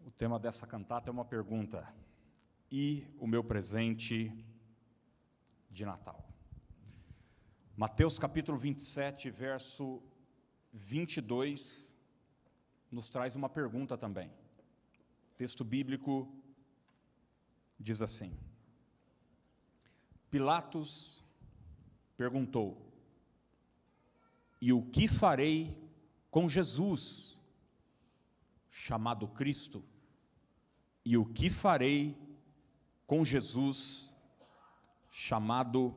O tema dessa cantata é uma pergunta: e o meu presente de Natal? Mateus capítulo 27, verso 22, nos traz uma pergunta também. O texto bíblico diz assim: Pilatos perguntou: e o que farei com Jesus, chamado Cristo? E o que farei com Jesus, chamado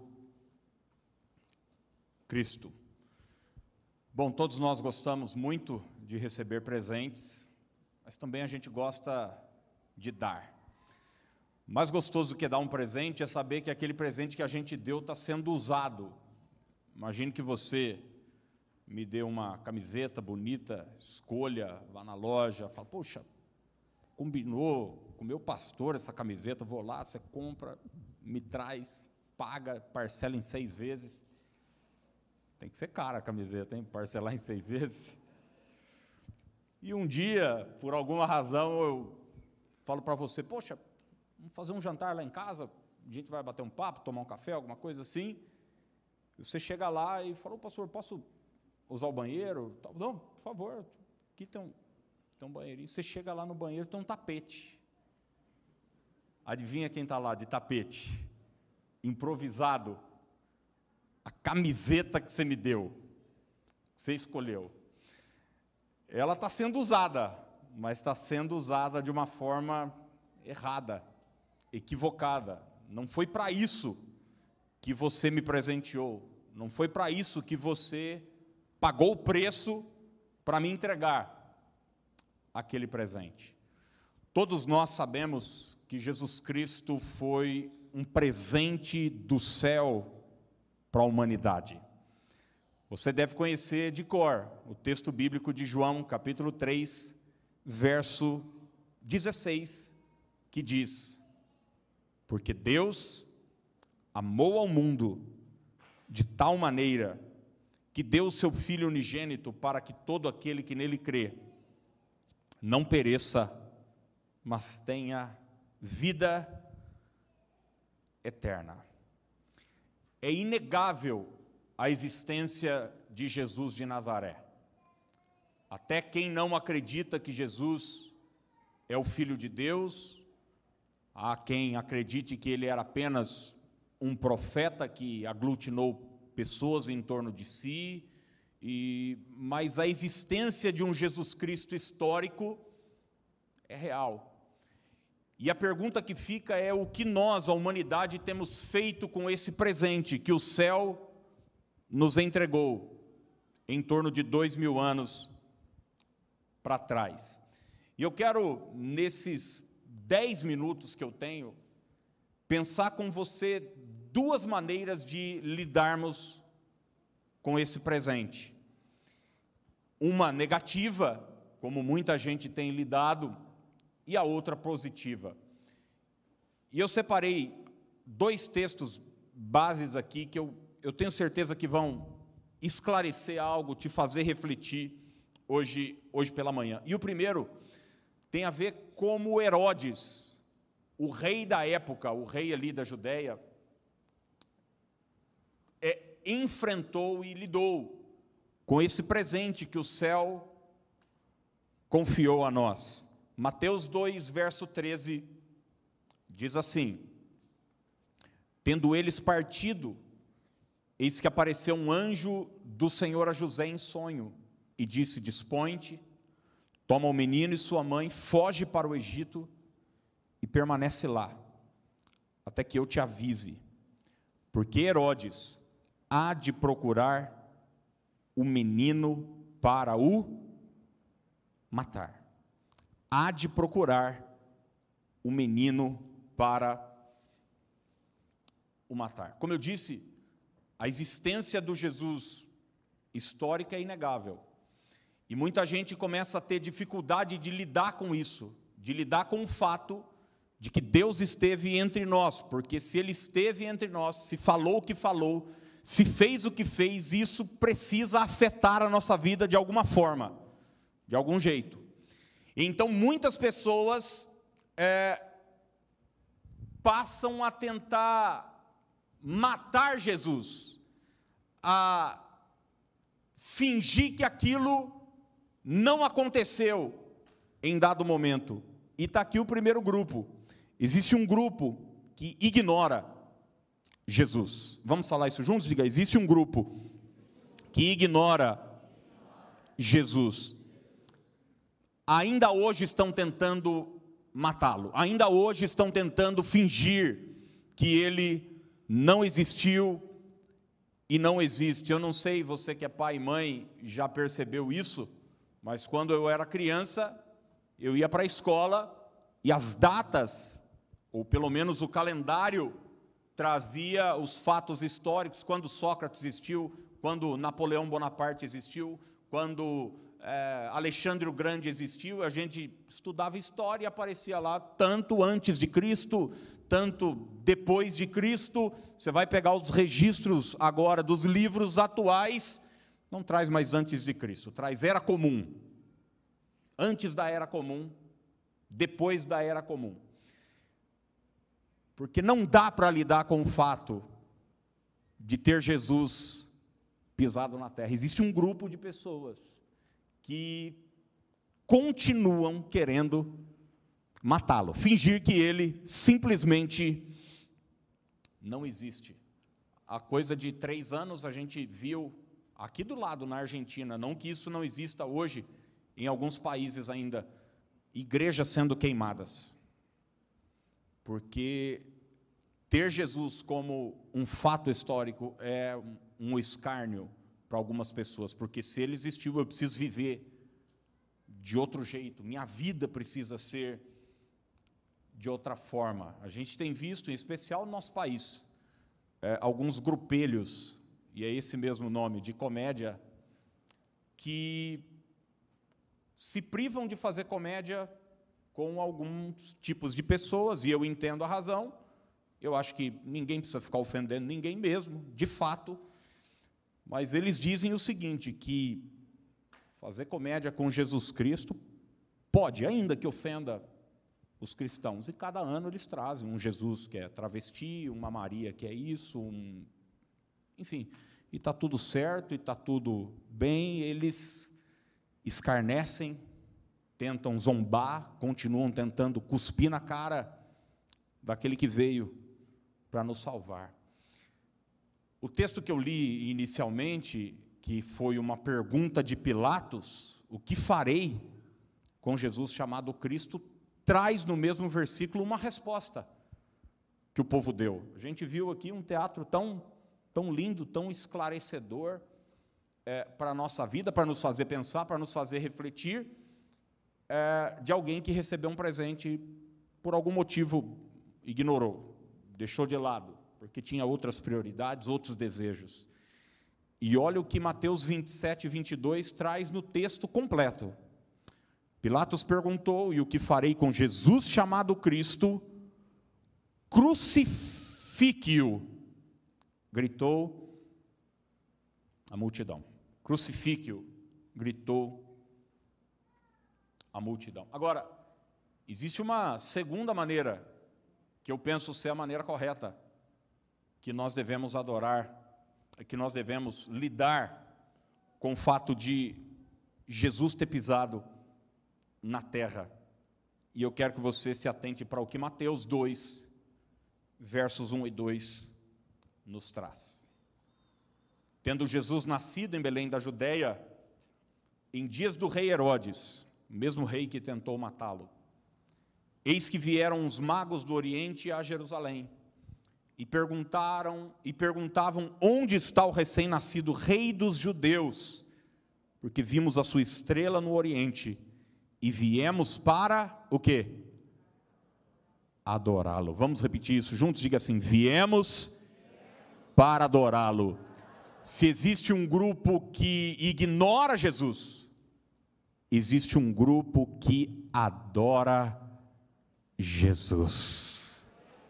Cristo? Bom, todos nós gostamos muito de receber presentes, mas também a gente gosta de dar. Mais gostoso do que dar um presente é saber que aquele presente que a gente deu está sendo usado. Imagine que você me dê uma camiseta bonita, escolha, vá na loja, fala: poxa, combinou com o meu pastor essa camiseta, vou lá, você compra, me traz, paga, parcela em 6 vezes. Tem que ser cara a camiseta, hein? Parcelar em 6 vezes. E um dia, por alguma razão, eu falo para você: poxa, vamos fazer um jantar lá em casa, a gente vai bater um papo, tomar um café, alguma coisa assim. E você chega lá e fala: pastor, posso usar o banheiro? Não, por favor, aqui tem um banheirinho. Você chega lá no banheiro, tem um tapete. Adivinha quem está lá de tapete? Improvisado. A camiseta que você me deu, que você escolheu. Ela está sendo usada, mas está sendo usada de uma forma errada, equivocada. Não foi para isso que você me presenteou. Não foi para isso que você pagou o preço para me entregar aquele presente. Todos nós sabemos que Jesus Cristo foi um presente do céu para a humanidade. Você deve conhecer de cor o texto bíblico de João, capítulo 3, verso 16, que diz: porque Deus amou ao mundo de tal maneira que deu o seu Filho unigênito para que todo aquele que nele crê não pereça, mas tenha vida eterna. É inegável a existência de Jesus de Nazaré. Até quem não acredita que Jesus é o Filho de Deus, há quem acredite que ele era apenas um profeta que aglutinou pessoas em torno de si, mas a existência de um Jesus Cristo histórico é real. E a pergunta que fica é: o que nós, a humanidade, temos feito com esse presente que o céu nos entregou em torno de 2000 anos para trás? E eu quero, nesses 10 minutos que eu tenho, pensar com você 2 maneiras de lidarmos com esse presente. Uma negativa, como muita gente tem lidado, e a outra positiva. E eu separei 2 textos bases aqui que eu tenho certeza que vão esclarecer algo, te fazer refletir hoje pela manhã. E o primeiro tem a ver como Herodes, o rei da época, o rei ali da Judéia, enfrentou e lidou com esse presente que o céu confiou a nós. Mateus 2, verso 13, diz assim: tendo eles partido, eis que apareceu um anjo do Senhor a José em sonho, e disse: dispõe-te, toma o menino e sua mãe, foge para o Egito, e permanece lá, até que eu te avise, porque Herodes há de procurar o menino para o matar. Há de procurar o menino para o matar. Como eu disse, a existência do Jesus histórica é inegável. E muita gente começa a ter dificuldade de lidar com isso, de lidar com o fato de que Deus esteve entre nós, porque se Ele esteve entre nós, se falou o que falou, se fez o que fez, isso precisa afetar a nossa vida de alguma forma, de algum jeito. Então, muitas pessoas passam a tentar matar Jesus, a fingir que aquilo não aconteceu em dado momento. E está aqui o primeiro grupo. Existe um grupo que ignora Jesus. Vamos falar isso juntos? Diga, existe um grupo que ignora Jesus. Ainda hoje estão tentando matá-lo. Ainda hoje estão tentando fingir que ele não existiu e não existe. Eu não sei, você que é pai e mãe já percebeu isso, mas quando eu era criança, eu ia para a escola e as datas, ou pelo menos o calendário, trazia os fatos históricos, quando Sócrates existiu, quando Napoleão Bonaparte existiu, quando Alexandre o Grande existiu. A gente estudava história e aparecia lá tanto antes de Cristo, tanto depois de Cristo. Você vai pegar os registros agora dos livros atuais, não traz mais antes de Cristo, traz era comum, antes da era comum, depois da era comum. Porque não dá para lidar com o fato de ter Jesus pisado na terra. Existe um grupo de pessoas que continuam querendo matá-lo, fingir que ele simplesmente não existe. Há coisa de 3 anos a gente viu aqui do lado na Argentina, não que isso não exista hoje em alguns países ainda, igrejas sendo queimadas. Porque ter Jesus como um fato histórico é um escárnio para algumas pessoas, porque se ele existiu, eu preciso viver de outro jeito, minha vida precisa ser de outra forma. A gente tem visto, em especial no nosso país, alguns grupelhos, e é esse mesmo nome, de comédia, que se privam de fazer comédia com alguns tipos de pessoas, e eu entendo a razão. Eu acho que ninguém precisa ficar ofendendo ninguém mesmo, de fato, mas eles dizem o seguinte, que fazer comédia com Jesus Cristo pode, ainda que ofenda os cristãos, e cada ano eles trazem um Jesus que é travesti, uma Maria que é isso, enfim, e está tudo certo, e está tudo bem. Eles escarnecem, tentam zombar, continuam tentando cuspir na cara daquele que veio para nos salvar. O texto que eu li inicialmente, que foi uma pergunta de Pilatos, o que farei com Jesus chamado Cristo, traz no mesmo versículo uma resposta que o povo deu. A gente viu aqui um teatro tão lindo, tão esclarecedor para a nossa vida, para nos fazer pensar, para nos fazer refletir, de alguém que recebeu um presente, por algum motivo ignorou, deixou de lado, porque tinha outras prioridades, outros desejos. E olha o que Mateus 27 e 22 traz no texto completo. Pilatos perguntou, e o que farei com Jesus chamado Cristo? Crucifique-o, gritou a multidão. Crucifique-o, gritou a multidão. Agora, existe uma segunda maneira, que eu penso ser a maneira correta, que nós devemos adorar, que nós devemos lidar com o fato de Jesus ter pisado na terra. E eu quero que você se atente para o que Mateus 2, versos 1 e 2 nos traz. Tendo Jesus nascido em Belém da Judeia, em dias do rei Herodes, o mesmo rei que tentou matá-lo, eis que vieram os magos do Oriente a Jerusalém, e perguntavam onde está o recém-nascido rei dos judeus, porque vimos a sua estrela no Oriente, e viemos para o quê? Adorá-lo. Vamos repetir isso juntos? Diga assim, viemos para adorá-lo. Se existe um grupo que ignora Jesus, existe um grupo que adora Jesus.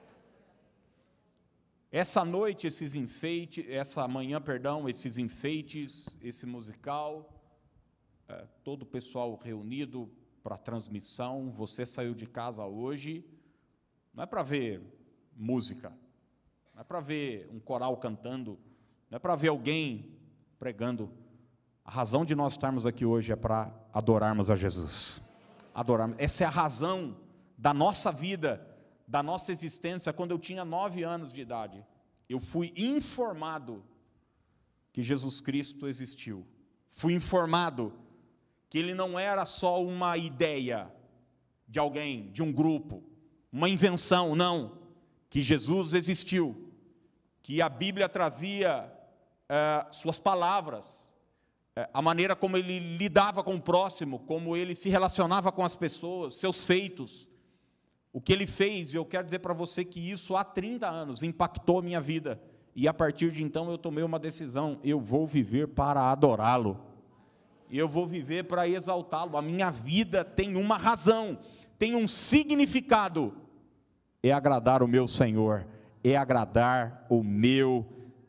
Essa noite, esses enfeites, essa manhã, perdão, esses enfeites, esse musical, todo o pessoal reunido, para a transmissão, você saiu de casa hoje, não é para ver música, não é para ver um coral cantando, não é para ver alguém pregando. A razão de nós estarmos aqui hoje é para adorarmos a Jesus. Adorarmos. Essa é a razão da nossa vida, da nossa existência. Quando eu tinha 9 anos de idade, eu fui informado que Jesus Cristo existiu. Fui informado que Ele não era só uma ideia de alguém, de um grupo, uma invenção, não. Que Jesus existiu, que a Bíblia trazia suas palavras, a maneira como Ele lidava com o próximo, como Ele se relacionava com as pessoas, seus feitos, o que Ele fez. E eu quero dizer para você que isso há 30 anos impactou a minha vida, e a partir de então eu tomei uma decisão: eu vou viver para adorá-lo, eu vou viver para exaltá-lo. A minha vida tem uma razão, tem um significado, é agradar o meu Senhor, é agradar o meu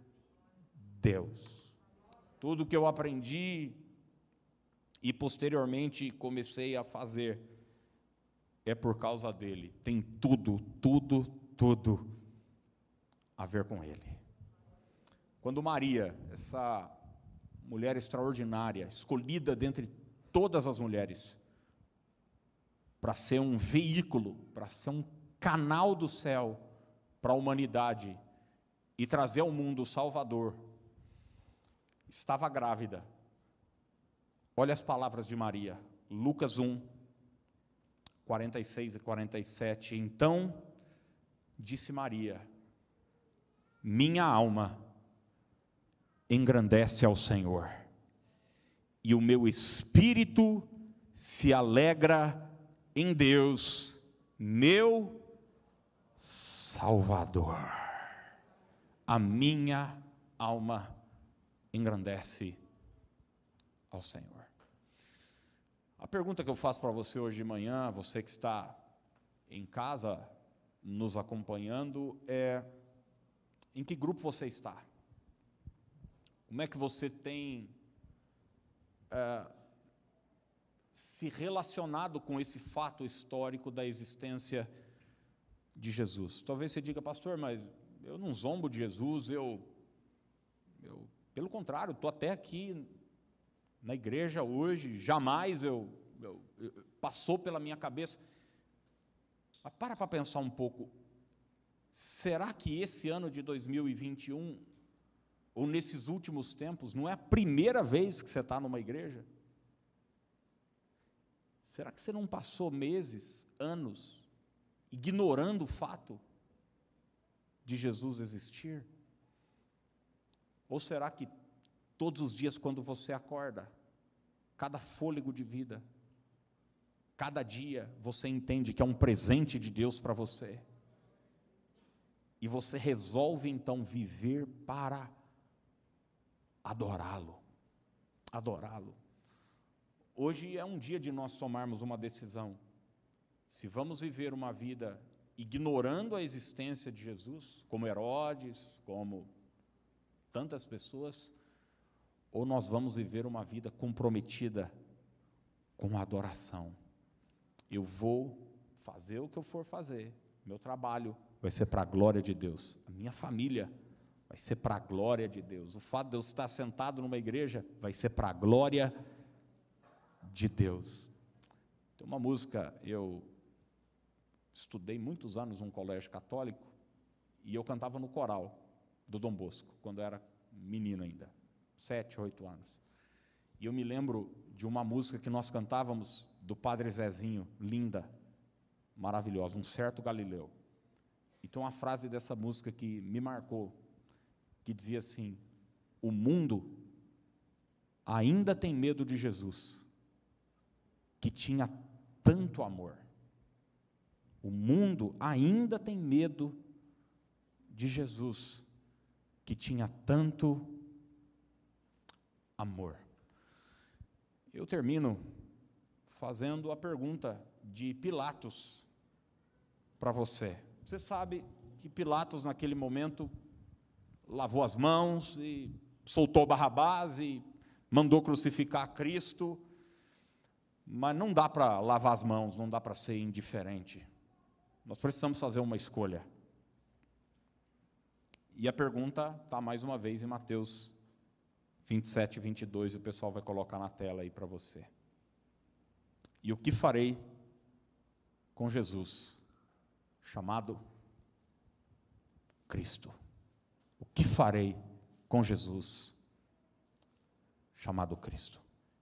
Deus. Tudo que eu aprendi e posteriormente comecei a fazer é por causa dele. Tem tudo a ver com ele. Quando Maria, essa mulher extraordinária, escolhida dentre todas as mulheres, para ser um veículo, para ser um canal do céu para a humanidade e trazer ao mundo o Salvador, estava grávida. Olha as palavras de Maria, Lucas 1, 46 e 47. Então disse Maria: minha alma engrandece ao Senhor, e o meu espírito se alegra em Deus, meu Salvador. A minha alma engrandece ao Senhor. A pergunta que eu faço para você hoje de manhã, você que está em casa nos acompanhando, é: em que grupo você está? Como é que você tem se relacionado com esse fato histórico da existência de Jesus? Talvez você diga: pastor, mas eu não zombo de Jesus, pelo contrário, estou até aqui na igreja hoje, jamais passou pela minha cabeça. Mas para pensar um pouco, será que esse ano de 2021, ou nesses últimos tempos, não é a primeira vez que você está numa igreja? Será que você não passou meses, anos, ignorando o fato de Jesus existir? Ou será que todos os dias, quando você acorda, cada fôlego de vida, cada dia, você entende que é um presente de Deus para você, e você resolve então viver para adorá-lo? Adorá-lo. Hoje é um dia de nós tomarmos uma decisão: se vamos viver uma vida ignorando a existência de Jesus, como Herodes, como tantas pessoas, ou nós vamos viver uma vida comprometida com a adoração. Eu vou fazer o que eu for fazer, meu trabalho vai ser para a glória de Deus, a minha família vai ser para a glória de Deus, o fato de eu estar sentado numa igreja vai ser para a glória de Deus. Tem uma música, eu estudei muitos anos num colégio católico, e eu cantava no coral do Dom Bosco, quando eu era menino ainda, 7, 8 anos. E eu me lembro de uma música que nós cantávamos do Padre Zezinho, linda, maravilhosa, Um Certo Galileu. E tem uma frase dessa música que me marcou, que dizia assim: o mundo ainda tem medo de Jesus, que tinha tanto amor. O mundo ainda tem medo de Jesus, que tinha tanto amor. Eu termino fazendo a pergunta de Pilatos para você. Você sabe que Pilatos, naquele momento, lavou as mãos e soltou Barrabás e mandou crucificar Cristo. Mas não dá para lavar as mãos, não dá para ser indiferente. Nós precisamos fazer uma escolha. E a pergunta está mais uma vez em Mateus 27 e 22, e o pessoal vai colocar na tela aí para você. E o que farei com Jesus, chamado Cristo? O que farei com Jesus, chamado Cristo?